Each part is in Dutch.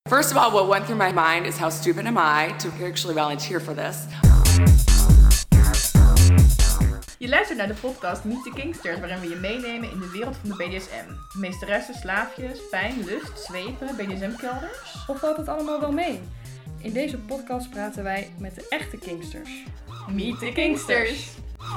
First of all, what went through my mind is how stupid am I to actually volunteer for this. Je luistert naar de podcast Meet the Kingsters, waarin we je meenemen in de wereld van de BDSM. Meesteressen, slaafjes, pijn, lust, zwepen, BDSM-kelders. Of valt het allemaal wel mee? In deze podcast praten wij met de echte Kingsters. Meet the Kingsters!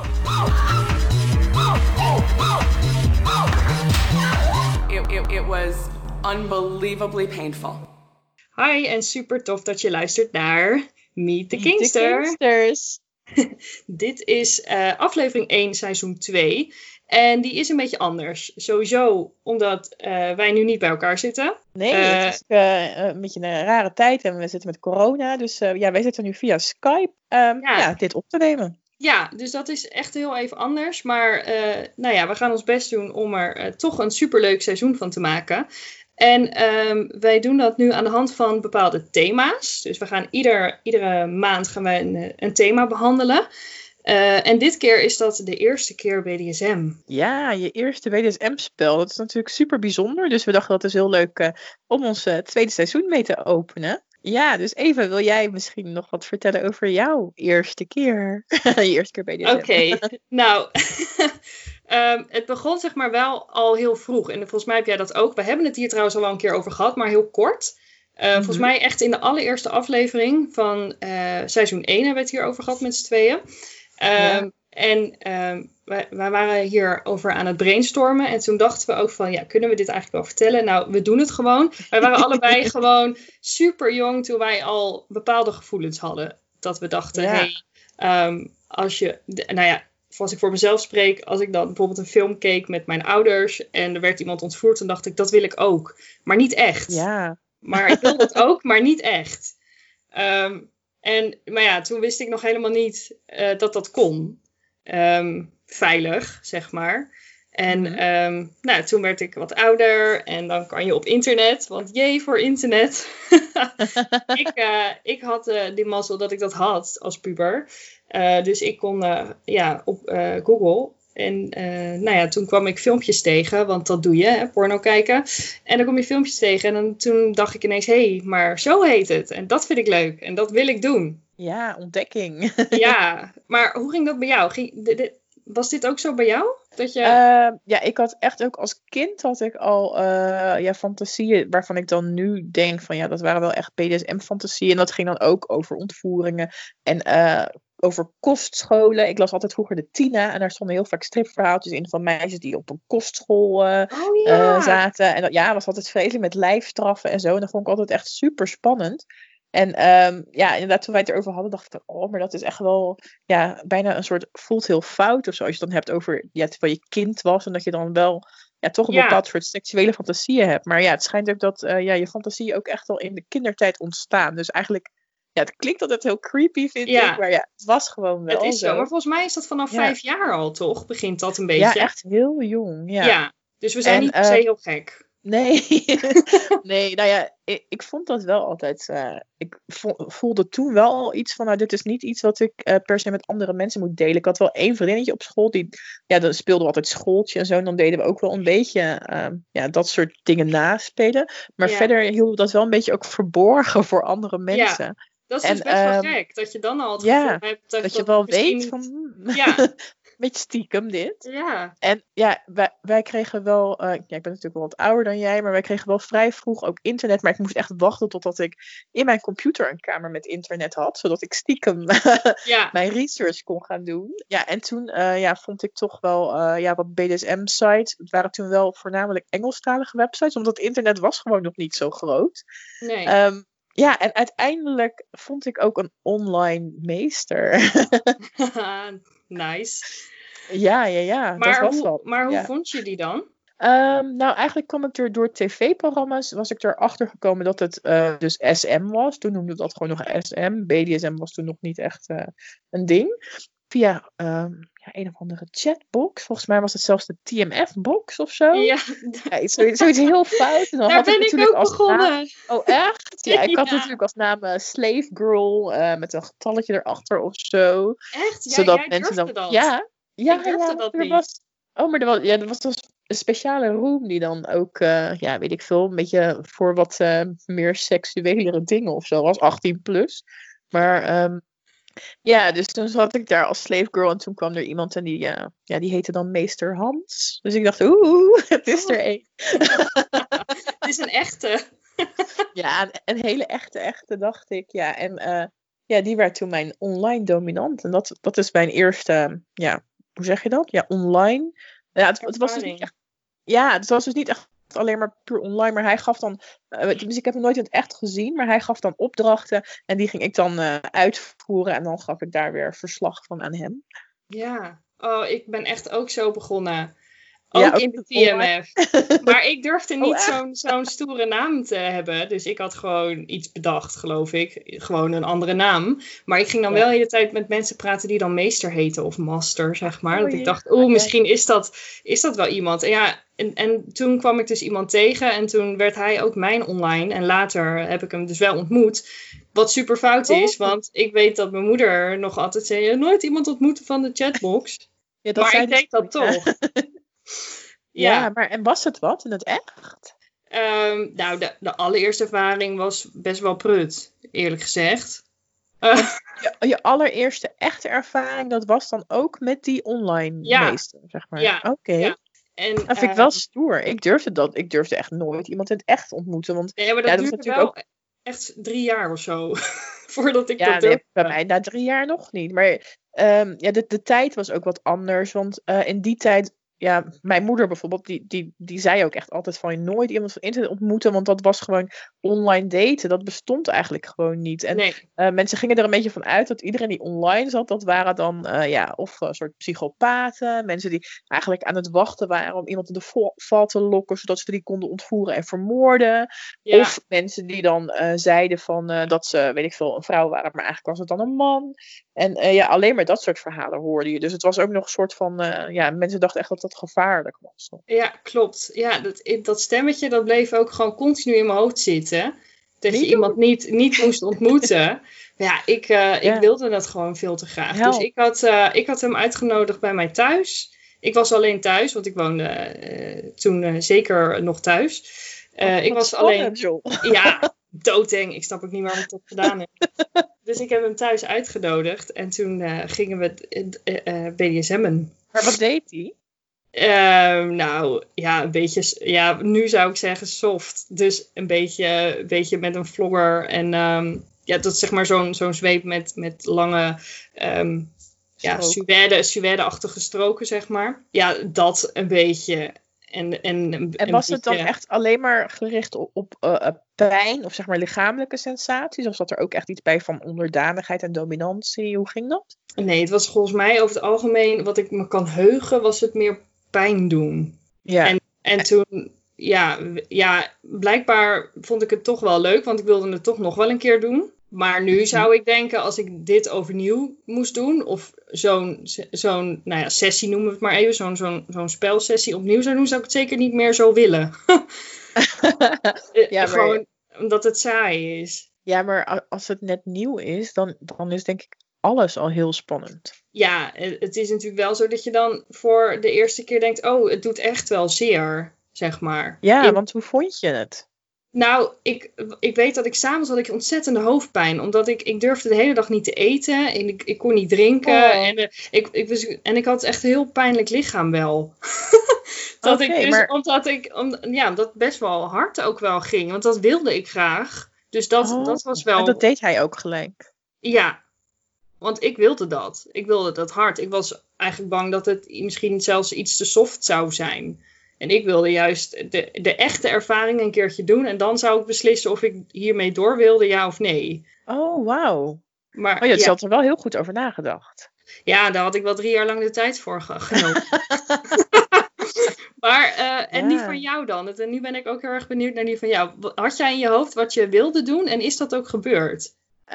It was unbelievably painful. Hi en super tof dat je luistert naar Meet the Kingsters. Dit is aflevering 1, seizoen 2. En die is een beetje anders. Sowieso omdat wij nu niet bij elkaar zitten. Nee, het is een beetje een rare tijd. En we zitten met corona. Dus wij zitten nu via Skype dit op te nemen. Ja, dus dat is echt heel even anders. Maar we gaan ons best doen om er toch een superleuk seizoen van te maken. En wij doen dat nu aan de hand van bepaalde thema's. Dus we gaan iedere maand gaan wij een thema behandelen. En dit keer is dat de eerste keer BDSM. Ja, je eerste BDSM-spel. Dat is natuurlijk super bijzonder. Dus we dachten dat is heel leuk om ons tweede seizoen mee te openen. Ja, dus Eva, wil jij misschien nog wat vertellen over jouw eerste keer? Je eerste keer BDSM. Oké, nou... het begon zeg maar wel al heel vroeg. En volgens mij heb jij dat ook. We hebben het hier trouwens al wel een keer over gehad, maar heel kort. Volgens mij echt in de allereerste aflevering van seizoen 1 hebben we het hier over gehad met z'n tweeën. En wij waren hierover aan het brainstormen. En toen dachten we ook van, ja, kunnen we dit eigenlijk wel vertellen? Nou, we doen het gewoon. Wij waren allebei gewoon super jong toen wij al bepaalde gevoelens hadden. Dat we dachten, als ik voor mezelf spreek, als ik dan bijvoorbeeld een film keek met mijn ouders en er werd iemand ontvoerd, dan dacht ik, dat wil ik ook. Maar niet echt. Ja. Maar ik wil dat ook, maar niet echt. Maar toen wist ik nog helemaal niet dat kon. Veilig, zeg maar. En toen werd ik wat ouder en dan kan je op internet, want jee voor internet. Ik had die mazzel dat ik dat had als puber. Dus ik kon op Google. En toen kwam ik filmpjes tegen, want dat doe je, hè, porno kijken. En dan kom je filmpjes tegen en toen dacht ik ineens, maar zo heet het. En dat vind ik leuk en dat wil ik doen. Ja, ontdekking. Ja, maar hoe ging dat bij jou? Was dit ook zo bij jou? Dat je... Ik had echt ook als kind had ik al fantasieën waarvan ik dan nu denk van dat waren wel echt BDSM-fantasieën. En dat ging dan ook over ontvoeringen en over kostscholen. Ik las altijd vroeger de Tina en daar stonden heel vaak stripverhaaltjes in van meisjes die op een kostschool zaten. En dat was altijd vreselijk met lijfstraffen en zo. En dat vond ik altijd echt super spannend. En inderdaad, toen wij het erover hadden, dacht ik, maar dat is echt wel bijna een soort, voelt heel fout of zo. Als je het dan hebt over, terwijl je kind was en dat je dan wel toch een bepaald soort seksuele fantasieën hebt. Maar het schijnt ook dat je fantasieën ook echt al in de kindertijd ontstaan. Dus eigenlijk, het klinkt altijd heel creepy, vind ik. Maar het was gewoon wel het is zo. Maar volgens mij is dat vanaf 5 jaar al, toch? Begint dat een beetje. Ja, echt heel jong. Ja, dus we zijn niet per se heel gek. Nee, ik vond dat wel altijd. Ik voelde toen wel al iets van, dit is niet iets wat ik per se met andere mensen moet delen. Ik had wel één vriendinnetje op school, dan speelden we altijd schooltje en zo. En dan deden we ook wel een beetje dat soort dingen naspelen. Maar verder hielden we dat wel een beetje ook verborgen voor andere mensen. Ja, dat is dus best wel gek, dat je dan al het gevoel hebt dat je wel weet van... beetje stiekem dit. Ja. En wij kregen wel... ik ben natuurlijk wel wat ouder dan jij, maar wij kregen wel vrij vroeg ook internet. Maar ik moest echt wachten totdat ik in mijn computer een kamer met internet had. Zodat ik stiekem mijn research kon gaan doen. Ja, en toen vond ik toch wel wat BDSM-sites. Het waren toen wel voornamelijk Engelstalige websites. Omdat het internet was gewoon nog niet zo groot. Nee. En uiteindelijk vond ik ook een online meester. Nice. Ja. Maar hoe vond je die dan? Eigenlijk kwam ik er door tv-programma's, was ik erachter gekomen dat het dus SM was. Toen noemden we dat gewoon nog SM. BDSM was toen nog niet echt een ding. Via een of andere chatbox. Volgens mij was het zelfs de TMF-box of zo. Ja. Zoiets heel fout. En dan daar ben ik ook begonnen. Oh, echt? Ja, ik had natuurlijk als naam Slave Girl met een getalletje erachter of zo. Echt? Ja, zodat jij mensen durfde dan... dat? Ja, ik durfde dat niet. Maar er was dus speciale room die dan ook, weet ik veel, een beetje voor wat meer seksuelere dingen of zo was, 18 plus. Maar dus toen zat ik daar als slave girl en toen kwam er iemand en die heette dan Meester Hans. Dus ik dacht, het is er één. Het is een echte. Ja, een hele echte, dacht ik. Ja, en die werd toen mijn online dominant. En dat is mijn eerste, hoe zeg je dat? Ja, online. Ja, het was dus niet echt. Ja, het was dus niet echt alleen maar puur online, maar hij gaf dan, dus ik heb hem nooit in het echt gezien, maar hij gaf dan opdrachten en die ging ik dan uitvoeren en dan gaf ik daar weer verslag van aan hem. Ja, ik ben echt ook zo begonnen. Ook in de TMF. Maar ik durfde niet zo'n stoere naam te hebben. Dus ik had gewoon iets bedacht, geloof ik. Gewoon een andere naam. Maar ik ging dan wel de hele tijd met mensen praten die dan meester heten. Of master, zeg maar. Dat ik dacht, misschien is dat wel iemand. En toen kwam ik dus iemand tegen. En toen werd hij ook mijn online. En later heb ik hem dus wel ontmoet. Wat super fout is. Want ik weet dat mijn moeder nog altijd zei, nooit iemand ontmoeten van de chatbox. Ja, maar ik deed dat toch. Ja, maar en was het wat in het echt? De allereerste ervaring was best wel prut, eerlijk gezegd. Je allereerste echte ervaring, dat was dan ook met die online meester, zeg maar? Ja. Oké. Ja. Dat vind ik wel stoer. Ik durfde echt nooit iemand in het echt ontmoeten. Want, maar dat duurde natuurlijk wel echt 3 jaar of zo. Voordat ik dat durfde. Bij mij na 3 jaar nog niet. Maar de tijd was ook wat anders. Want in die tijd, mijn moeder bijvoorbeeld, die zei ook echt altijd van je nooit iemand van internet ontmoeten. Want dat was gewoon online daten. Dat bestond eigenlijk gewoon niet. En mensen gingen er een beetje van uit dat iedereen die online zat, dat waren dan of een soort psychopaten. Mensen die eigenlijk aan het wachten waren om iemand in de val te lokken, zodat ze die konden ontvoeren en vermoorden. Ja. Of mensen die dan zeiden van dat ze, weet ik veel, een vrouw waren, maar eigenlijk was het dan een man. En alleen maar dat soort verhalen hoorde je. Dus het was ook nog een soort van, mensen dachten echt dat dat gevaarlijk was. Ja, klopt. Ja, dat stemmetje, dat bleef ook gewoon continu in mijn hoofd zitten. Dat je iemand niet moest ontmoeten. Ja, ik wilde dat gewoon veel te graag. Dus ik had hem uitgenodigd bij mij thuis. Ik was alleen thuis, want ik woonde toen zeker nog thuis. Ik was alleen. Ja, doodeng. Ik snap ook niet waarom ik dat gedaan heb. Dus ik heb hem thuis uitgenodigd. En toen gingen we BDSM'en. Maar wat deed hij? Een beetje, nu zou ik zeggen soft. Dus een beetje met een vlogger. En dat is zeg maar zo'n zweep met lange, suède-achtige stroken, zeg maar. Ja, dat een beetje. En was het dan echt alleen maar gericht op pijn of zeg maar lichamelijke sensaties? Of zat er ook echt iets bij van onderdanigheid en dominantie? Hoe ging dat? Nee, het was volgens mij over het algemeen, wat ik me kan heugen, was het meer pijn doen. Ja. En toen, blijkbaar vond ik het toch wel leuk, want ik wilde het toch nog wel een keer doen. Maar nu zou ik denken, als ik dit overnieuw moest doen, of zo'n sessie noemen we het maar even, zo'n spelsessie opnieuw zou doen, zou ik het zeker niet meer zo willen. Gewoon omdat het saai is. Ja, maar als het net nieuw is, dan is denk ik alles al heel spannend. Ja, het is natuurlijk wel zo dat je dan voor de eerste keer denkt, het doet echt wel zeer, zeg maar. Ja, want hoe vond je het? Nou, ik weet dat ik 's avonds had ik ontzettende hoofdpijn. Omdat ik durfde de hele dag niet te eten. En ik kon niet drinken. En ik had echt een heel pijnlijk lichaam wel. Omdat best wel hard ook wel ging. Want dat wilde ik graag. Dus dat was wel... En dat deed hij ook gelijk? Ja. Want ik wilde dat. Ik wilde dat hard. Ik was eigenlijk bang dat het misschien zelfs iets te soft zou zijn. En ik wilde juist de echte ervaring een keertje doen. En dan zou ik beslissen of ik hiermee door wilde, ja of nee. Oh, wauw. Maar je had er wel heel goed over nagedacht. Ja, daar had ik wel 3 jaar lang de tijd voor genomen. Maar, en die van jou dan? En nu ben ik ook heel erg benieuwd naar die van jou. Had jij in je hoofd wat je wilde doen? En is dat ook gebeurd?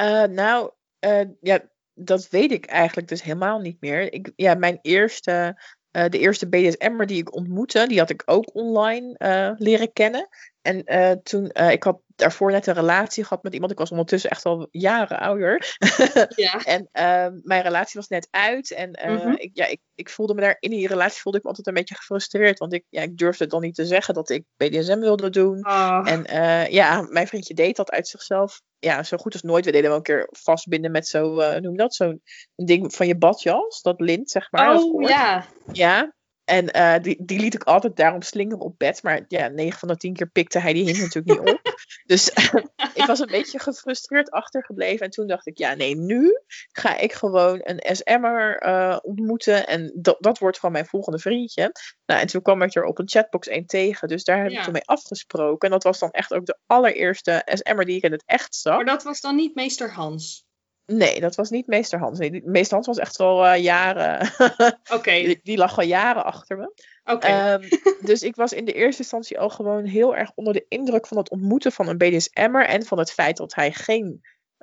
Dat weet ik eigenlijk dus helemaal niet meer. Mijn eerste... de eerste BDSM'er die ik ontmoette, die had ik ook online leren kennen. En toen, ik had daarvoor net een relatie gehad met iemand. Ik was ondertussen echt al jaren ouder. Ja. En mijn relatie was net uit. En ik voelde me daar, in die relatie voelde ik me altijd een beetje gefrustreerd. Want ik durfde dan niet te zeggen dat ik BDSM wilde doen. Oh. En mijn vriendje deed dat uit zichzelf. Ja, zo goed als nooit. We deden wel een keer vastbinden met zo'n zo'n ding van je badjas. Dat lint, zeg maar. Oh, ja. Ja. En die liet ik altijd daarom slingeren op bed. Maar ja, 9 van de 10 keer pikte hij die hint natuurlijk niet op. Dus ik was een beetje gefrustreerd achtergebleven. En toen dacht ik, ja nee, nu ga ik gewoon een SM'er ontmoeten. En dat wordt gewoon mijn volgende vriendje. Nou, en toen kwam ik er op een chatbox 1 tegen. Dus daar heb ik toen mee afgesproken. En dat was dan echt ook de allereerste SM'er die ik in het echt zag. Maar dat was dan niet meester Hans? Nee, dat was niet meester Hans. Nee, meester Hans was echt wel jaren... Oké. Die lag al jaren achter me. Oké. Dus ik was in de eerste instantie al gewoon heel erg onder de indruk van het ontmoeten van een BDSM'er. En van het feit dat hij geen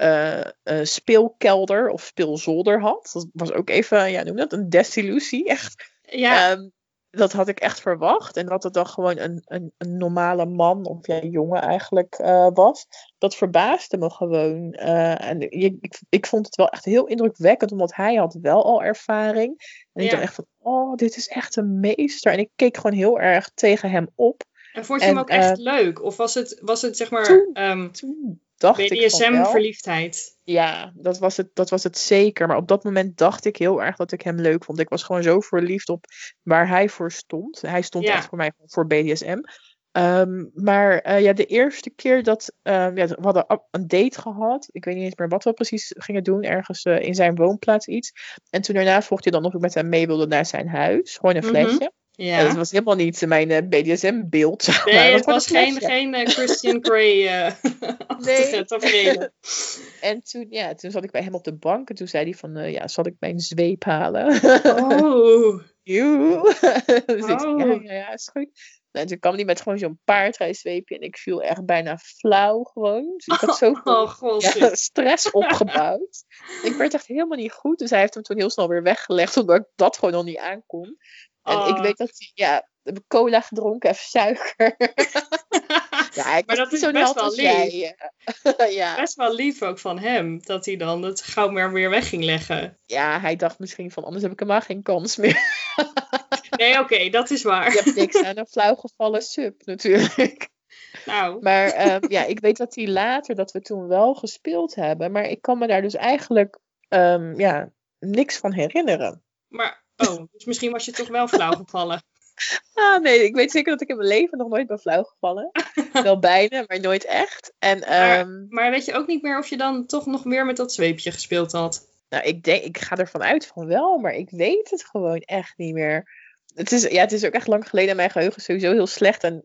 speelkelder of speelzolder had. Dat was ook even, noem dat, een desillusie. Echt. Ja. Dat had ik echt verwacht. En dat het dan gewoon een normale man, of jongen eigenlijk, was. Dat verbaasde me gewoon. En ik vond het wel echt heel indrukwekkend, omdat hij had wel al ervaring. En ik dacht echt van, oh, dit is echt een meester. En ik keek gewoon heel erg tegen hem op. En vond je hem ook echt leuk? Of was het zeg maar toen dacht ik BDSM-verliefdheid? Ja, dat was het zeker. Maar op dat moment dacht ik heel erg dat ik hem leuk vond. Ik was gewoon zo verliefd op waar hij voor stond. Hij stond echt voor mij voor BDSM. Maar de eerste keer dat... we hadden een date gehad. Ik weet niet eens meer wat we precies gingen doen. Ergens in zijn woonplaats iets. En toen daarna vroeg hij dan of ik met hem mee wilde naar zijn huis. Gewoon een flesje. Ja. Dat was helemaal niet mijn BDSM-beeld. Nee, het was geen Christian Grey-achtige tafereel. En toen zat ik bij hem op de bank. En toen zei hij van, zal ik mijn zweep halen? Oh. Dus ik zei, ja, is goed. Nou, toen kwam hij met gewoon zo'n paardrijzweepje. En ik viel echt bijna flauw gewoon. Dus ik had zoveel stress opgebouwd. Ik werd echt helemaal niet goed. Dus hij heeft hem toen heel snel weer weggelegd. Omdat ik dat gewoon nog niet aankon. En ik weet dat hij, heb cola gedronken, even suiker. Maar dat is best wel lief. Ja. Best wel lief ook van hem, dat hij dan het gauw maar weer weg ging leggen. Ja, hij dacht misschien van, anders heb ik helemaal geen kans meer. Nee, oké, dat is waar. Je hebt niks aan een flauwgevallen sub natuurlijk. Nou. Maar ik weet dat hij later, dat we toen wel gespeeld hebben. Maar ik kan me daar dus eigenlijk niks van herinneren. Maar, dus misschien was je toch wel flauw gevallen. Nee, ik weet zeker dat ik in mijn leven nog nooit ben flauw gevallen. Wel bijna, maar nooit echt. En, maar weet je ook niet meer of je dan toch nog weer met dat zweepje gespeeld had? Nou, ik ga ervan uit van wel, maar ik weet het gewoon echt niet meer. Het is ook echt lang geleden en mijn geheugen is sowieso heel slecht. En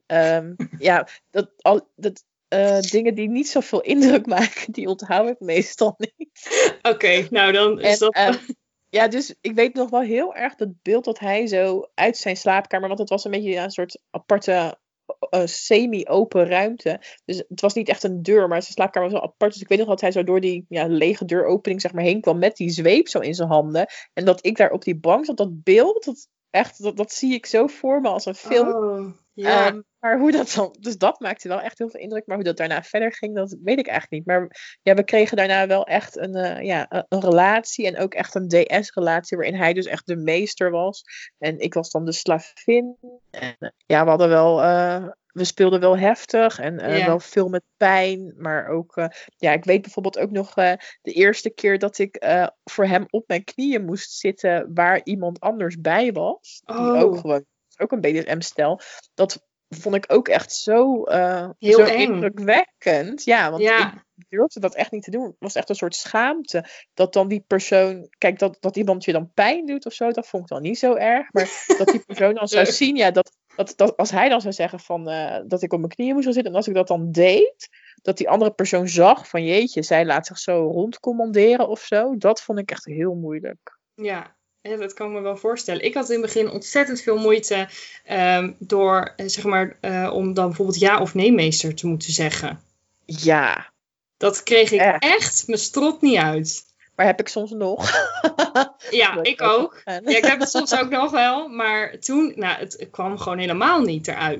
dingen die niet zoveel indruk maken, die onthoud ik meestal niet. Oké, nou dan is dat... Dus ik weet nog wel heel erg dat beeld dat hij zo uit zijn slaapkamer... Want het was een beetje een soort aparte semi-open ruimte. Dus het was niet echt een deur, maar zijn slaapkamer was wel apart. Dus ik weet nog dat hij zo door die lege deuropening zeg maar heen kwam met die zweep zo in zijn handen. En dat ik daar op die bank zat. Dat beeld, dat zie ik zo voor me als een film. Oh, ja. Maar hoe dat dan... Dus dat maakte wel echt heel veel indruk. Maar hoe dat daarna verder ging, dat weet ik eigenlijk niet. Maar we kregen daarna wel echt een relatie. En ook echt een DS-relatie. Waarin hij dus echt de meester was. En ik was dan de slavin. En we hadden wel... we speelden wel heftig. En wel veel met pijn. Maar ook... ik weet bijvoorbeeld ook nog... de eerste keer dat ik voor hem op mijn knieën moest zitten. Waar iemand anders bij was. Die ook gewoon... Ook een BDSM-stijl. Dat vond ik ook echt zo indrukwekkend. Ja, want ik durfde dat echt niet te doen. Het was echt een soort schaamte. Dat dan die persoon... Kijk, dat iemand je dan pijn doet of zo, dat vond ik dan niet zo erg. Maar dat die persoon dan zou zien... dat als hij dan zou zeggen van... dat ik op mijn knieën moest gaan zitten. En als ik dat dan deed... Dat die andere persoon zag van... Jeetje, zij laat zich zo rondcommanderen of zo. Dat vond ik echt heel moeilijk. Ja, dat kan ik me wel voorstellen. Ik had in het begin ontzettend veel moeite door, om dan bijvoorbeeld ja of nee meester te moeten zeggen. Ja. Dat kreeg ik echt mijn strot niet uit. Maar heb ik soms nog. Ja, ik ook. Ja, ik heb het soms ook nog wel. Maar toen, het kwam gewoon helemaal niet eruit.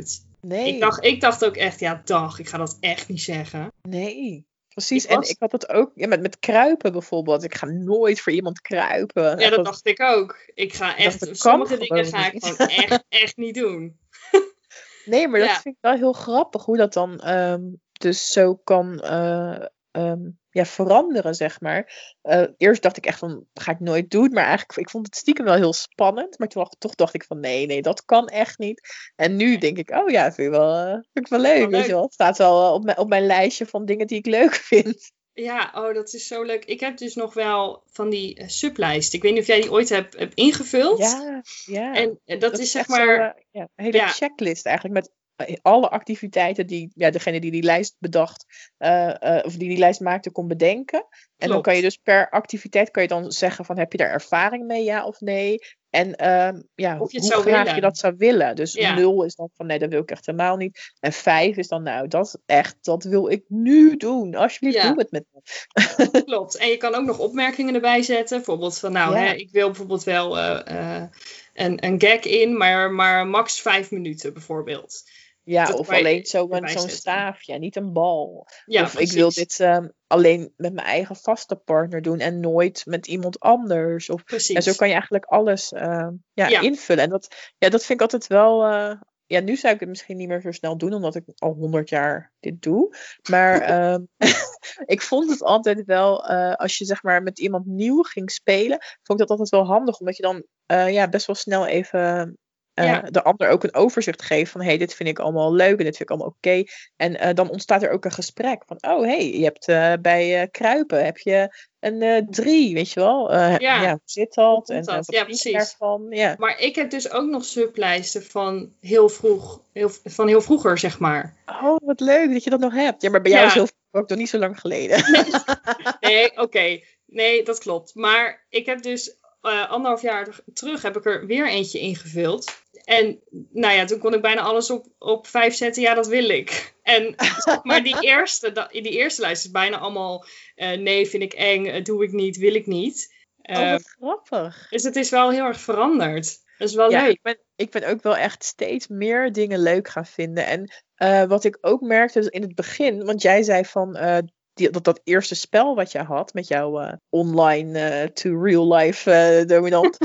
Nee. Ik dacht ook echt, ik ga dat echt niet zeggen. Nee. Precies. En ik had het ook met kruipen bijvoorbeeld. Ik ga nooit voor iemand kruipen. Ja, dat dacht ik ook. Ik ga echt, sommige dingen ga ik gewoon echt niet doen. Nee, maar dat vind ik wel heel grappig. Hoe dat dan dus zo kan veranderen, zeg maar. Eerst dacht ik echt van, ga ik nooit doen. Maar eigenlijk, ik vond het stiekem wel heel spannend. Maar toch dacht ik van, nee, dat kan echt niet. En nu denk ik, vind ik wel leuk. Weet je wel. Het staat wel op mijn lijstje van dingen die ik leuk vind. Ja, dat is zo leuk. Ik heb dus nog wel van die sublijst. Ik weet niet of jij die ooit hebt ingevuld. Ja. En dat is zeg maar... een hele checklist eigenlijk met alle activiteiten die degene die lijst bedacht of die lijst maakte kon bedenken. En Klopt. Dan kan je dus per activiteit kan je dan zeggen van heb je daar ervaring mee, ja of nee? En of je het hoe zou graag willen. je dat zou willen. Dus 0 is dan van nee, dat wil ik echt helemaal niet. En 5 is dan dat wil ik nu doen. Alsjeblieft, doe het met me. Klopt. En je kan ook nog opmerkingen erbij zetten. Bijvoorbeeld van ik wil bijvoorbeeld wel een gag in, maar max 5 minuten bijvoorbeeld. Ja, of alleen zo'n staafje, niet een bal. Ja, of precies. ik wil dit alleen met mijn eigen vaste partner doen en nooit met iemand anders. En zo kan je eigenlijk alles invullen. En dat vind ik altijd wel... nu zou ik het misschien niet meer zo snel doen, omdat ik al 100 jaar dit doe. Maar ik vond het altijd wel, als je zeg maar met iemand nieuw ging spelen, vond ik dat altijd wel handig, omdat je dan best wel snel even... de ander ook een overzicht geeft van hey, dit vind ik allemaal leuk en dit vind ik allemaal oké. En dan ontstaat er ook een gesprek van je hebt bij kruipen heb je een 3, weet je wel. Hoe zit dat? En wat vind je daarvan? Ja. Maar ik heb dus ook nog sublijsten van heel vroeger, zeg maar. Oh, wat leuk dat je dat nog hebt. Ja, maar bij jou is heel vroeg ook nog niet zo lang geleden. Nee, oké. Nee, dat klopt. Maar ik heb dus 1,5 jaar terug heb ik er weer eentje ingevuld. En toen kon ik bijna alles op 5 zetten. Ja, dat wil ik. En maar die eerste lijst is bijna allemaal... nee, vind ik eng, doe ik niet, wil ik niet. Wat grappig. Dus het is wel heel erg veranderd. Dat is wel leuk. Ik ben ook wel echt steeds meer dingen leuk gaan vinden. En wat ik ook merkte dus in het begin... Want jij zei van... dat eerste spel wat je had met jouw online to real life dominant,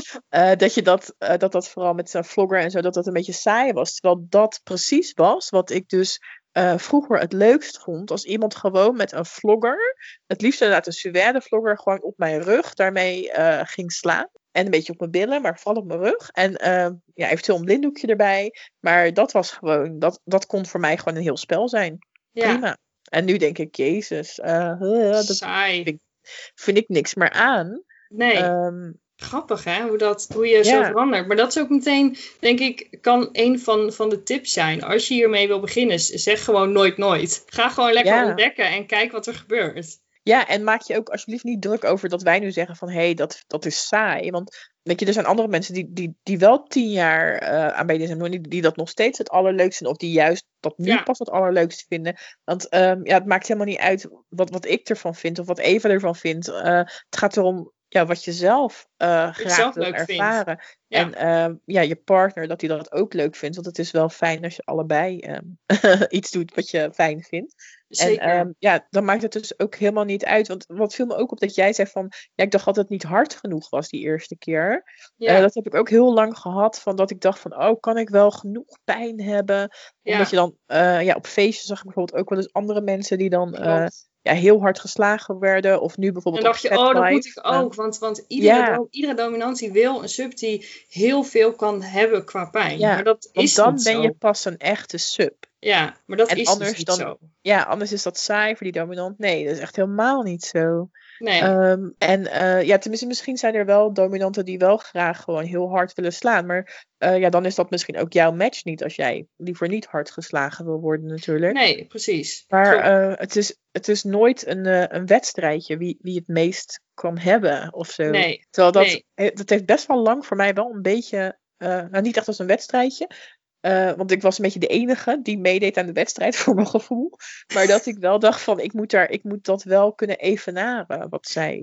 dat vooral met zo'n vlogger en zo, dat een beetje saai was. Terwijl dat precies was wat ik dus vroeger het leukst vond. Als iemand gewoon met een vlogger, het liefst inderdaad een suède vlogger, gewoon op mijn rug daarmee ging slaan. En een beetje op mijn billen, maar vooral op mijn rug. En eventueel een blinddoekje erbij. Maar dat was gewoon, dat kon voor mij gewoon een heel spel zijn. Ja. Prima. En nu denk ik, jezus, dat vind ik niks meer aan. Nee, grappig hè, hoe je zo verandert. Maar dat is ook meteen, denk ik, kan een van de tips zijn. Als je hiermee wil beginnen, zeg gewoon nooit. Ga gewoon lekker ontdekken en kijk wat er gebeurt. Ja, en maak je ook alsjeblieft niet druk over dat wij nu zeggen van hé, dat is saai. Want weet je, er zijn andere mensen die wel 10 jaar aan BDSM doen, die dat nog steeds het allerleukste vinden. Of die juist dat nu pas het allerleukste vinden. Want het maakt helemaal niet uit wat ik ervan vind of wat Eva ervan vindt. Het gaat erom wat je zelf graag wil ervaren. Ja. En je partner, dat hij dat ook leuk vindt. Want het is wel fijn als je allebei iets doet wat je fijn vindt. Zeker. En dan maakt het dus ook helemaal niet uit. Want wat viel me ook op dat jij zei van... ik dacht dat het niet hard genoeg was die eerste keer. Dat heb ik ook heel lang gehad. Van dat ik dacht van... kan ik wel genoeg pijn hebben? Omdat je dan... op feestjes zag ik bijvoorbeeld ook wel eens andere mensen die dan... heel hard geslagen werden. Of nu bijvoorbeeld en dacht je, dat moet ik ook. Want iedere dominantie wil een sub die heel veel kan hebben qua pijn. Ja, maar dat is dan niet ben zo. je pas een echte sub. Ja, maar dat en is anders dus niet dan, zo. Ja, anders is dat saai voor die dominant. Nee, dat is echt helemaal niet zo. Nee. Tenminste, misschien zijn er wel dominanten die wel graag gewoon heel hard willen slaan. Maar dan is dat misschien ook jouw match niet. Als jij liever niet hard geslagen wil worden natuurlijk. Nee, precies. Maar het is nooit een wedstrijdje wie het meest kan hebben of zo. Nee. Terwijl dat heeft best wel lang voor mij wel een beetje... niet echt als een wedstrijdje. Want ik was een beetje de enige die meedeed aan de wedstrijd voor mijn gevoel. Maar dat ik wel dacht van ik moet dat wel kunnen evenaren wat zij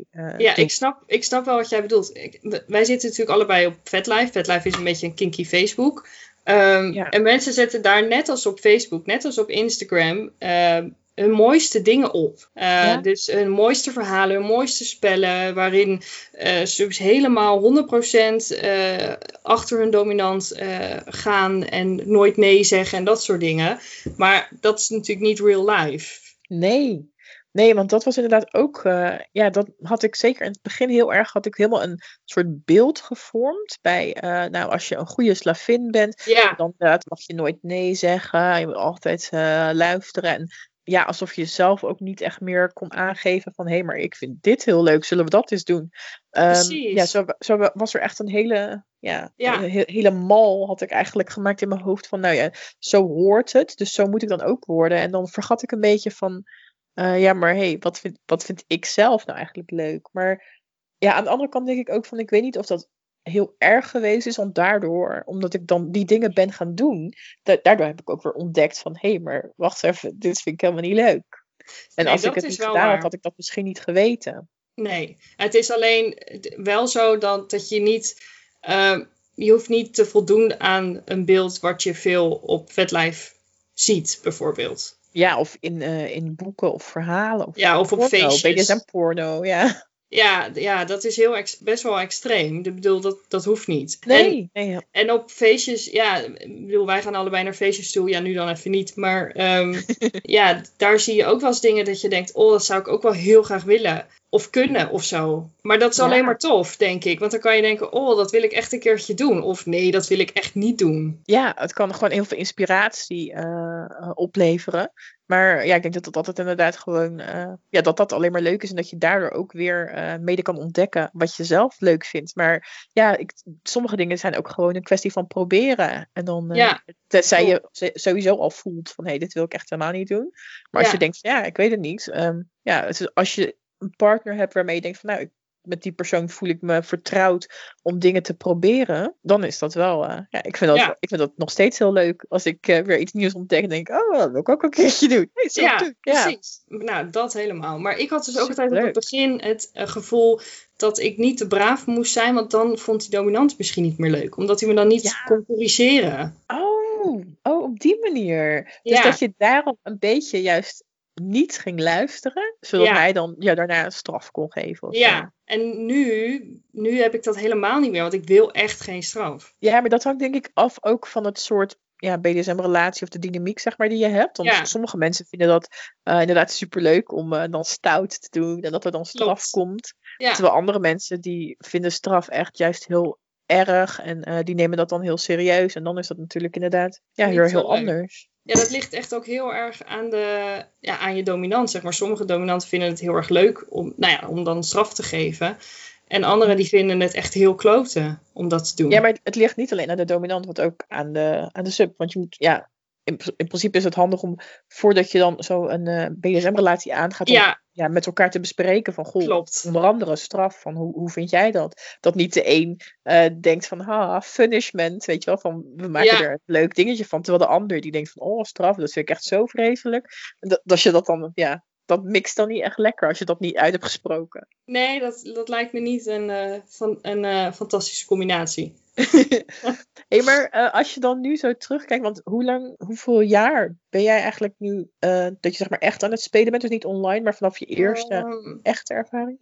ik snap wel wat jij bedoelt. Wij zitten natuurlijk allebei op FetLife. FetLife is een beetje een kinky Facebook. En mensen zetten daar net als op Facebook, net als op Instagram, hun mooiste dingen op. Dus hun mooiste verhalen, hun mooiste spellen, waarin ze dus helemaal 100% achter hun dominant gaan en nooit nee zeggen en dat soort dingen. Maar dat is natuurlijk niet real life. Nee, want dat was inderdaad ook, dat had ik zeker in het begin heel erg, had ik helemaal een soort beeld gevormd bij, als je een goede slavin bent, dan mag je nooit nee zeggen, je moet altijd luisteren en ja, alsof je zelf ook niet echt meer kon aangeven van, hé, maar ik vind dit heel leuk, zullen we dat eens doen? Precies. Zo was er echt een hele mal had ik eigenlijk gemaakt in mijn hoofd van, zo hoort het, dus zo moet ik dan ook worden. En dan vergat ik een beetje van, maar hey, wat vind ik zelf nou eigenlijk leuk? Maar ja, aan de andere kant denk ik ook van, ik weet niet of dat heel erg geweest is, want omdat ik dan die dingen ben gaan doen, daardoor heb ik ook weer ontdekt van, hé, maar wacht even, dit vind ik helemaal niet leuk. En als ik het niet gedaan had, had ik dat misschien niet geweten. Nee, het is alleen wel zo dat je niet, je hoeft niet te voldoen aan een beeld wat je veel op VetLife ziet, bijvoorbeeld. Ja, of in boeken of verhalen. Of op feestjes. BDSM-porno, ja. Ja, dat is best wel extreem. Ik bedoel, dat hoeft niet. Nee. En op feestjes, wij gaan allebei naar feestjes toe. Ja, nu dan even niet. Maar daar zie je ook wel eens dingen dat je denkt, dat zou ik ook wel heel graag willen. Of kunnen, of zo. Maar dat is alleen maar tof, denk ik. Want dan kan je denken, dat wil ik echt een keertje doen. Of nee, dat wil ik echt niet doen. Ja, het kan gewoon heel veel inspiratie opleveren. Maar ja, ik denk dat dat altijd inderdaad gewoon, dat alleen maar leuk is. En dat je daardoor ook weer mede kan ontdekken wat je zelf leuk vindt. Maar ja, sommige dingen zijn ook gewoon een kwestie van proberen. En dan, tenzij je sowieso al voelt van, dit wil ik echt helemaal niet doen. Maar als je denkt, ik weet het niet. Als je een partner hebt waarmee je denkt van, met die persoon voel ik me vertrouwd om dingen te proberen, dan is dat wel, ik vind dat nog steeds heel leuk. Als ik weer iets nieuws ontdek en denk, dat wil ik ook een keertje doen. Precies. Nou, dat helemaal. Maar ik had dus ook altijd op het begin het gevoel dat ik niet te braaf moest zijn, want dan vond die dominant misschien niet meer leuk. Omdat hij me dan niet kon corrigeren. Oh, op die manier. Dus dat je daarom een beetje juist niet ging luisteren, zodat hij dan daarna een straf kon geven. En nu heb ik dat helemaal niet meer, want ik wil echt geen straf. Ja, maar dat hangt denk ik af ook van het soort BDSM-relatie of de dynamiek, zeg maar, die je hebt. Want sommige mensen vinden dat inderdaad superleuk om dan stout te doen en dat er dan straf komt. Terwijl andere mensen die vinden straf echt juist heel erg en die nemen dat dan heel serieus. En dan is dat natuurlijk inderdaad heel anders. Ja, dat ligt echt ook heel erg aan je dominant, zeg maar. Sommige dominanten vinden het heel erg leuk om dan straf te geven. En anderen die vinden het echt heel kloten om dat te doen. Ja, maar het ligt niet alleen aan de dominant, want ook aan de sub. Want je moet, in principe is het handig om, voordat je dan zo een BDSM-relatie aangaat, om met elkaar te bespreken van, onder andere straf, van hoe vind jij dat? Dat niet de een denkt van, punishment, weet je wel, van we maken er een leuk dingetje van, terwijl de ander die denkt van, straf, dat vind ik echt zo vreselijk. Dat je dat dan, dat mixt dan niet echt lekker als je dat niet uit hebt gesproken. Nee, dat lijkt me niet een fantastische combinatie. Hey, maar als je dan nu zo terugkijkt, want hoeveel jaar ben jij eigenlijk nu dat je zeg maar echt aan het spelen bent? Dus niet online, maar vanaf je eerste echte ervaring?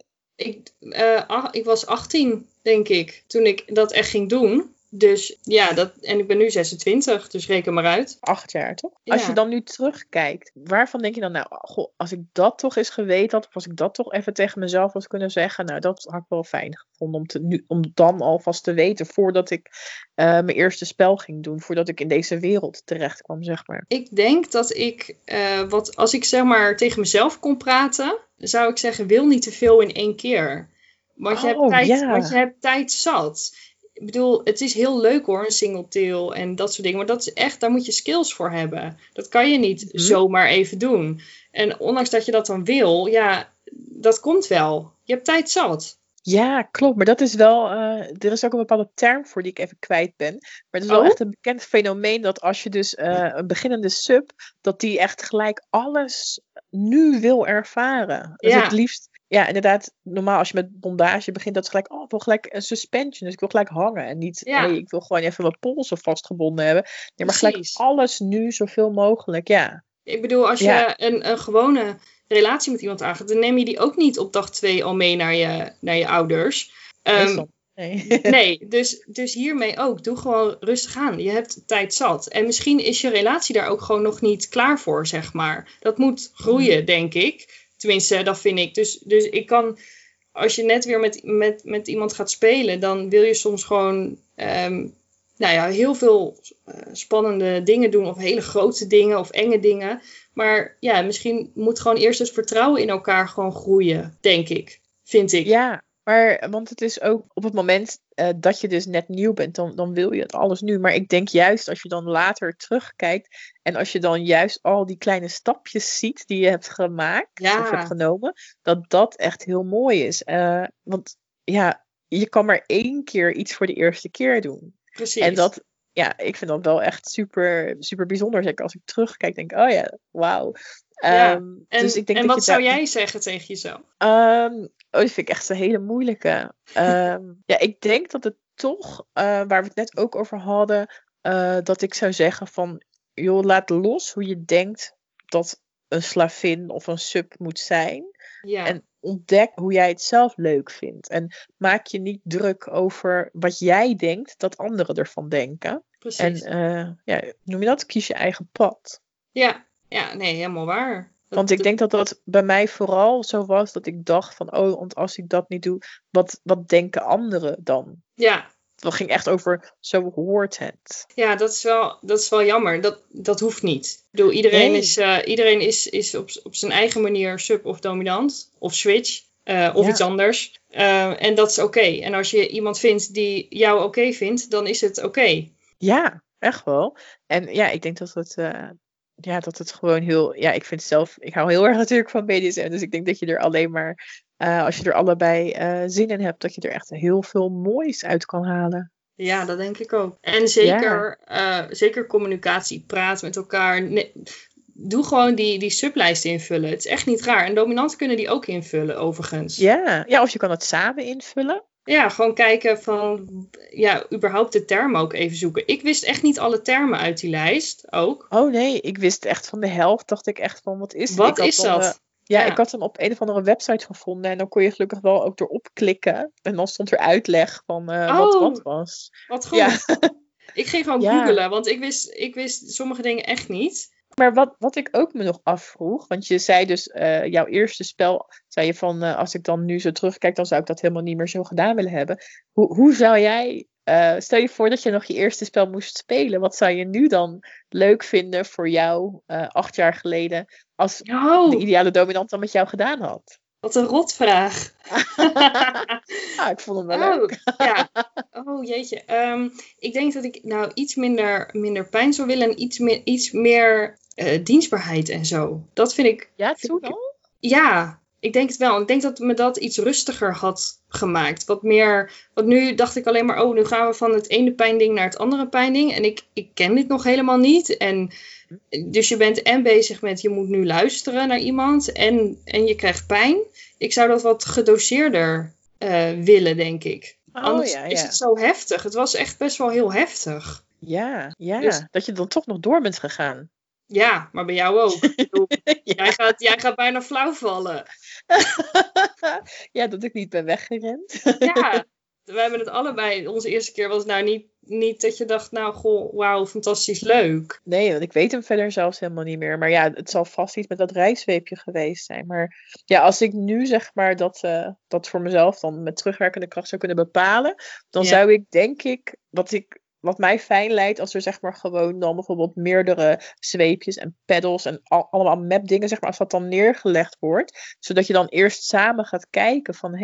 Ik was 18, denk ik, toen ik dat echt ging doen. Dus en ik ben nu 26, dus reken maar uit. 8 jaar, toch? Ja. Als je dan nu terugkijkt, waarvan denk je dan, als ik dat toch eens geweten had, of als ik dat toch even tegen mezelf had kunnen zeggen, dat had ik wel fijn gevonden om dan alvast te weten, voordat ik mijn eerste spel ging doen, voordat ik in deze wereld terecht kwam, zeg maar. Ik denk dat ik, als ik zeg maar tegen mezelf kon praten, zou ik zeggen, wil niet te veel in één keer. Want je hebt tijd zat. Ik bedoel, het is heel leuk hoor, een single tail en dat soort dingen. Maar dat is echt, daar moet je skills voor hebben. Dat kan je niet zomaar even doen. En ondanks dat je dat dan wil, dat komt wel. Je hebt tijd zat. Ja, klopt. Maar dat is wel, er is ook een bepaalde term voor die ik even kwijt ben. Maar het is wel echt een bekend fenomeen dat als je dus een beginnende sub, dat die echt gelijk alles nu wil ervaren. Dus het liefst ja, inderdaad, normaal als je met bondage begint, dat is gelijk, ik wil gelijk een suspension, dus ik wil gelijk hangen. En niet, Ja. ik wil gewoon even mijn polsen vastgebonden hebben. Nee, maar gelijk Precies. alles nu zoveel mogelijk, ja. Ik bedoel, als je Ja. een gewone relatie met iemand aangaat, dan neem je die ook niet op dag 2 al mee naar je ouders. Meestal. Nee. Nee, dus hiermee ook. Doe gewoon rustig aan. Je hebt tijd zat. En misschien is je relatie daar ook gewoon nog niet klaar voor, zeg maar. Dat moet groeien, denk ik. Tenminste, dat vind ik. Dus ik kan, als je net weer met iemand gaat spelen, dan wil je soms gewoon heel veel spannende dingen doen. Of hele grote dingen of enge dingen. Maar ja, misschien moet gewoon eerst het vertrouwen in elkaar gewoon groeien, denk ik. Vind ik. Ja, maar want het is ook op het moment dat je dus net nieuw bent, dan wil je het alles nu. Maar ik denk juist als je dan later terugkijkt en als je dan juist al die kleine stapjes ziet die je hebt gemaakt of hebt genomen, dat echt heel mooi is. Want ja, je kan maar 1 keer iets voor de eerste keer doen. Precies. En dat, ja, ik vind dat wel echt super, super bijzonder. Zeker als ik terugkijk, denk ik, oh ja, wauw. Dus ik denk en dat wat zou jij zeggen tegen jezelf? Dat vind ik echt een hele moeilijke. Ja, ik denk dat het toch, waar we het net ook over hadden, dat ik zou zeggen van, joh, laat los hoe je denkt dat een slavin of een sub moet zijn. Ja. En ontdek hoe jij het zelf leuk vindt. En maak je niet druk over wat jij denkt dat anderen ervan denken. Precies. En noem je dat? Kies je eigen pad. Ja, nee, helemaal waar. Want ik denk dat dat bij mij vooral zo was dat ik dacht van, want als ik dat niet doe, wat denken anderen dan? Ja. Dat ging echt over, zo hoort het. Ja, dat is wel jammer. Dat hoeft niet. Ik bedoel, iedereen is op zijn eigen manier sub of dominant. Of switch. Of iets anders. En dat is oké. En als je iemand vindt die jou oké vindt, dan is het oké. Ja, echt wel. En ja, ik denk dat het gewoon heel... Ja, ik vind zelf... Ik hou heel erg natuurlijk van BDSM. Dus ik denk dat je er alleen maar... als je er allebei zin in hebt, dat je er echt heel veel moois uit kan halen. Ja, dat denk ik ook. En zeker communicatie, praten met elkaar. Doe gewoon die sublijst invullen. Het is echt niet raar. En dominanten kunnen die ook invullen, overigens. Ja, of je kan het samen invullen. Ja, gewoon kijken van, überhaupt de termen ook even zoeken. Ik wist echt niet alle termen uit die lijst, ook. Oh nee, ik wist echt van de helft, dacht ik echt van, wat is dat? Wat is dat? Ik had hem op een of andere website gevonden en dan kon je gelukkig wel ook erop klikken. En dan stond er uitleg van wat was. Wat goed. Ja. Ik ging gewoon googlen, want ik wist sommige dingen echt niet. Maar wat ik ook me nog afvroeg, want je zei dus, jouw eerste spel, zei je van, als ik dan nu zo terugkijk, dan zou ik dat helemaal niet meer zo gedaan willen hebben. Hoe zou jij, stel je voor dat je nog je eerste spel moest spelen, wat zou je nu dan leuk vinden voor jou 8 jaar geleden, als de ideale dominant dan met jou gedaan had? Wat een rotvraag. Ik vond hem wel leuk. Ja. Oh jeetje. Ik denk dat ik iets minder pijn zou willen en iets meer dienstbaarheid en zo. Dat vind ik... Ja, toen al? Ja, ik denk het wel. Ik denk dat me dat iets rustiger had gemaakt. Wat meer... Want nu dacht ik alleen maar, nu gaan we van het ene pijnding naar het andere pijnding. En ik ken dit nog helemaal niet. En dus je bent bezig met, je moet nu luisteren naar iemand. En je krijgt pijn. Ik zou dat wat gedoseerder willen, denk ik. Anders is het zo heftig. Het was echt best wel heel heftig. Ja, dus, dat je dan toch nog door bent gegaan. Ja, maar bij jou ook. Ik bedoel, jij gaat bijna flauw vallen. Ja, dat ik niet ben weggerend. Ja, we hebben het allebei. Onze eerste keer was niet dat je dacht, wauw, fantastisch leuk. Nee, want ik weet hem verder zelfs helemaal niet meer. Maar ja, het zal vast iets met dat rijzweepje geweest zijn. Maar ja, als ik nu zeg maar dat voor mezelf dan met terugwerkende kracht zou kunnen bepalen, dan zou ik denk ik, wat mij fijn lijkt, als er zeg maar gewoon dan bijvoorbeeld meerdere zweepjes en peddels en allemaal map dingen, zeg maar, als dat dan neergelegd wordt, zodat je dan eerst samen gaat kijken van,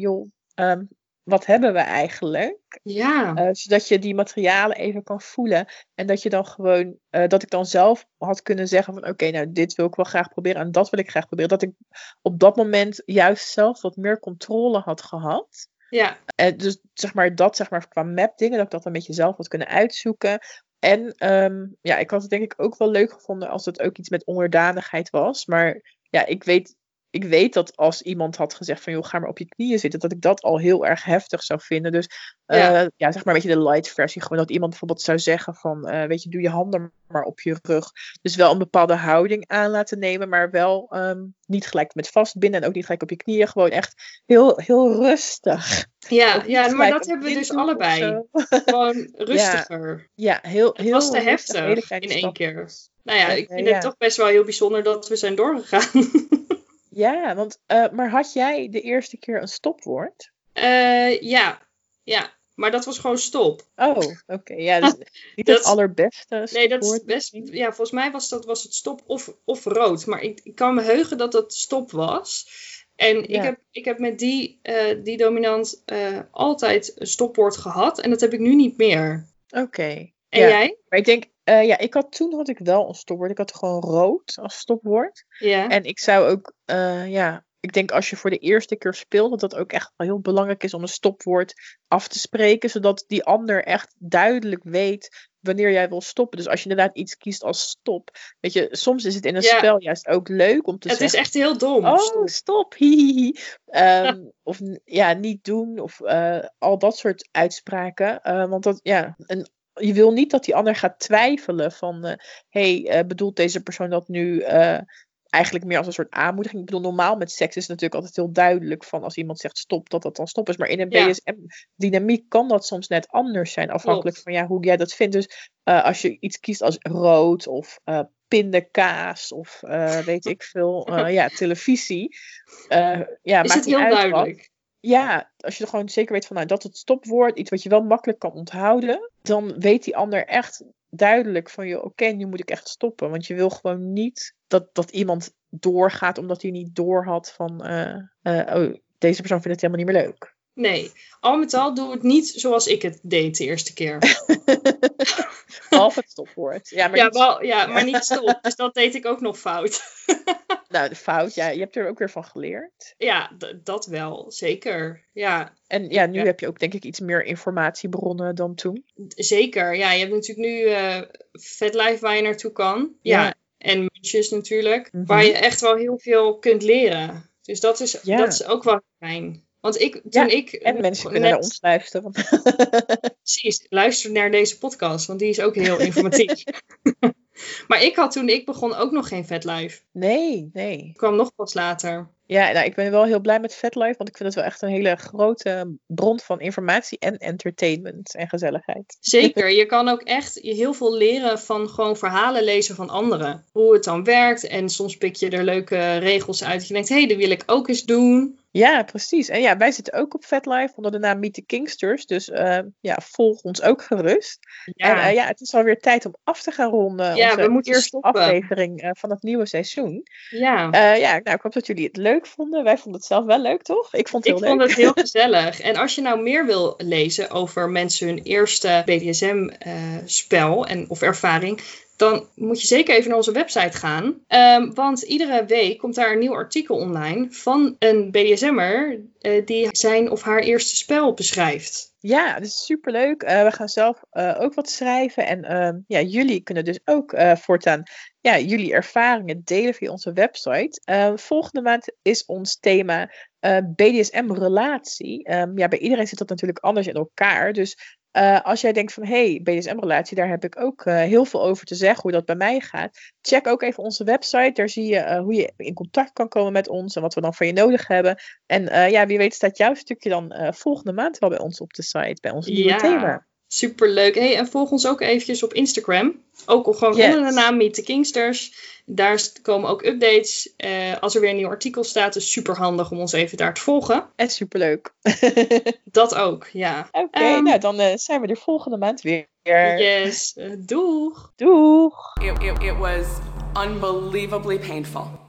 wat hebben we eigenlijk? Ja. Zodat je die materialen even kan voelen. En dat je dan gewoon, dat ik dan zelf had kunnen zeggen van oké, dit wil ik wel graag proberen en dat wil ik graag proberen. Dat ik op dat moment juist zelf wat meer controle had gehad. Ja. Dus zeg maar qua map dingen, dat ik dat een beetje zelf had kunnen uitzoeken. En ik had het denk ik ook wel leuk gevonden als het ook iets met onderdanigheid was. Maar ja, ik weet ik weet dat als iemand had gezegd van, joh, ga maar op je knieën zitten, dat ik dat al heel erg heftig zou vinden. Dus zeg maar een beetje de light versie. Gewoon dat iemand bijvoorbeeld zou zeggen van, weet je, doe je handen maar op je rug. Dus wel een bepaalde houding aan laten nemen, maar wel niet gelijk met vastbinden en ook niet gelijk op je knieën. Gewoon echt heel, heel rustig. Ja, maar dat hebben we dus allebei. Gewoon rustiger. Ja, heel het was te rustig, heftig in één keer. Nou ja, ik vind het toch best wel heel bijzonder dat we zijn doorgegaan. Ja, want, maar had jij de eerste keer een stopwoord? Ja, maar dat was gewoon stop. Oh, oké. Ja, dus niet het allerbeste stopwoord. Nee, dat is best. Ja, volgens mij was het stop of rood. Maar ik kan me heugen dat het stop was. En ik heb met die dominant altijd een stopwoord gehad. En dat heb ik nu niet meer. Oké. En jij? Maar ik denk, toen had ik wel een stopwoord. Ik had gewoon rood als stopwoord. Ja. En ik zou ook, ik denk als je voor de eerste keer speelt, dat ook echt wel heel belangrijk is om een stopwoord af te spreken. Zodat die ander echt duidelijk weet wanneer jij wil stoppen. Dus als je inderdaad iets kiest als stop. Weet je, soms is het in een spel juist ook leuk om te zeggen. Het is echt heel dom. Oh, stop. Of niet doen. Of al dat soort uitspraken. Want dat, je wil niet dat die ander gaat twijfelen van, bedoelt deze persoon dat nu eigenlijk meer als een soort aanmoediging? Ik bedoel, normaal met seks is het natuurlijk altijd heel duidelijk van als iemand zegt stop, dat dat dan stop is. Maar in een BDSM-dynamiek kan dat soms net anders zijn, afhankelijk van hoe jij dat vindt. Dus als je iets kiest als rood of pindakaas of weet ik veel, televisie. Is het heel duidelijk? Ja, als je er gewoon zeker weet van dat het stopwoord, iets wat je wel makkelijk kan onthouden, dan weet die ander echt duidelijk van oké, nu moet ik echt stoppen. Want je wil gewoon niet dat iemand doorgaat omdat hij niet doorhad van deze persoon vindt het helemaal niet meer leuk. Nee, al met al doe het niet zoals ik het deed de eerste keer. Behalve het stopwoord. Maar niet stop. Dus dat deed ik ook nog fout. Nou, de fout, je hebt er ook weer van geleerd. Ja, dat wel, zeker. Ja. En nu heb je ook denk ik iets meer informatiebronnen dan toen. Zeker, ja. Je hebt natuurlijk nu FetLife waar je naartoe kan. Ja. En Munches natuurlijk. Mm-hmm. Waar je echt wel heel veel kunt leren. Dus dat is ook wel fijn. Want en mensen kunnen naar ons luisteren. Precies, luister naar deze podcast, want die is ook heel informatief. Maar ik had toen ik begon ook nog geen FetLife. Nee. Ik kwam nog pas later. Ja, ik ben wel heel blij met FetLife, want ik vind het wel echt een hele grote bron van informatie en entertainment en gezelligheid. Zeker, je kan ook echt heel veel leren van gewoon verhalen lezen van anderen. Hoe het dan werkt en soms pik je er leuke regels uit dat je denkt, dat wil ik ook eens doen. Ja, precies. En wij zitten ook op FetLife onder de naam Meet the Kingsters. Dus volg ons ook gerust. Ja. En het is alweer tijd om af te gaan ronden. Ja, we moeten eerste stoppen. Aflevering van het nieuwe seizoen. Ja. Ik hoop dat jullie het leuk vonden. Wij vonden het zelf wel leuk, toch? Ik vond het heel leuk. Ik vond het heel gezellig. En als je nou meer wil lezen over mensen hun eerste BDSM-spel of ervaring, dan moet je zeker even naar onze website gaan. Want iedere week komt daar een nieuw artikel online van een BDSM'er die zijn of haar eerste spel beschrijft. Ja, dat is superleuk. We gaan zelf ook wat schrijven. En jullie kunnen dus ook voortaan jullie ervaringen delen via onze website. Volgende maand is ons thema BDSM-relatie. Bij iedereen zit dat natuurlijk anders in elkaar. Dus als jij denkt van, BDSM-relatie, daar heb ik ook heel veel over te zeggen, hoe dat bij mij gaat. Check ook even onze website. Daar zie je hoe je in contact kan komen met ons en wat we dan van je nodig hebben. En wie weet staat jouw stukje dan volgende maand wel bij ons op de site, bij ons nieuwe thema. Superleuk. En volg ons ook eventjes op Instagram. Ook gewoon onder de naam Meet the Kingsters. Daar komen ook updates. Als er weer een nieuw artikel staat, is super handig om ons even daar te volgen. En superleuk. Dat ook, ja. Oké, dan zijn we er volgende maand weer. Yes. Doeg. Doeg. It was unbelievably painful.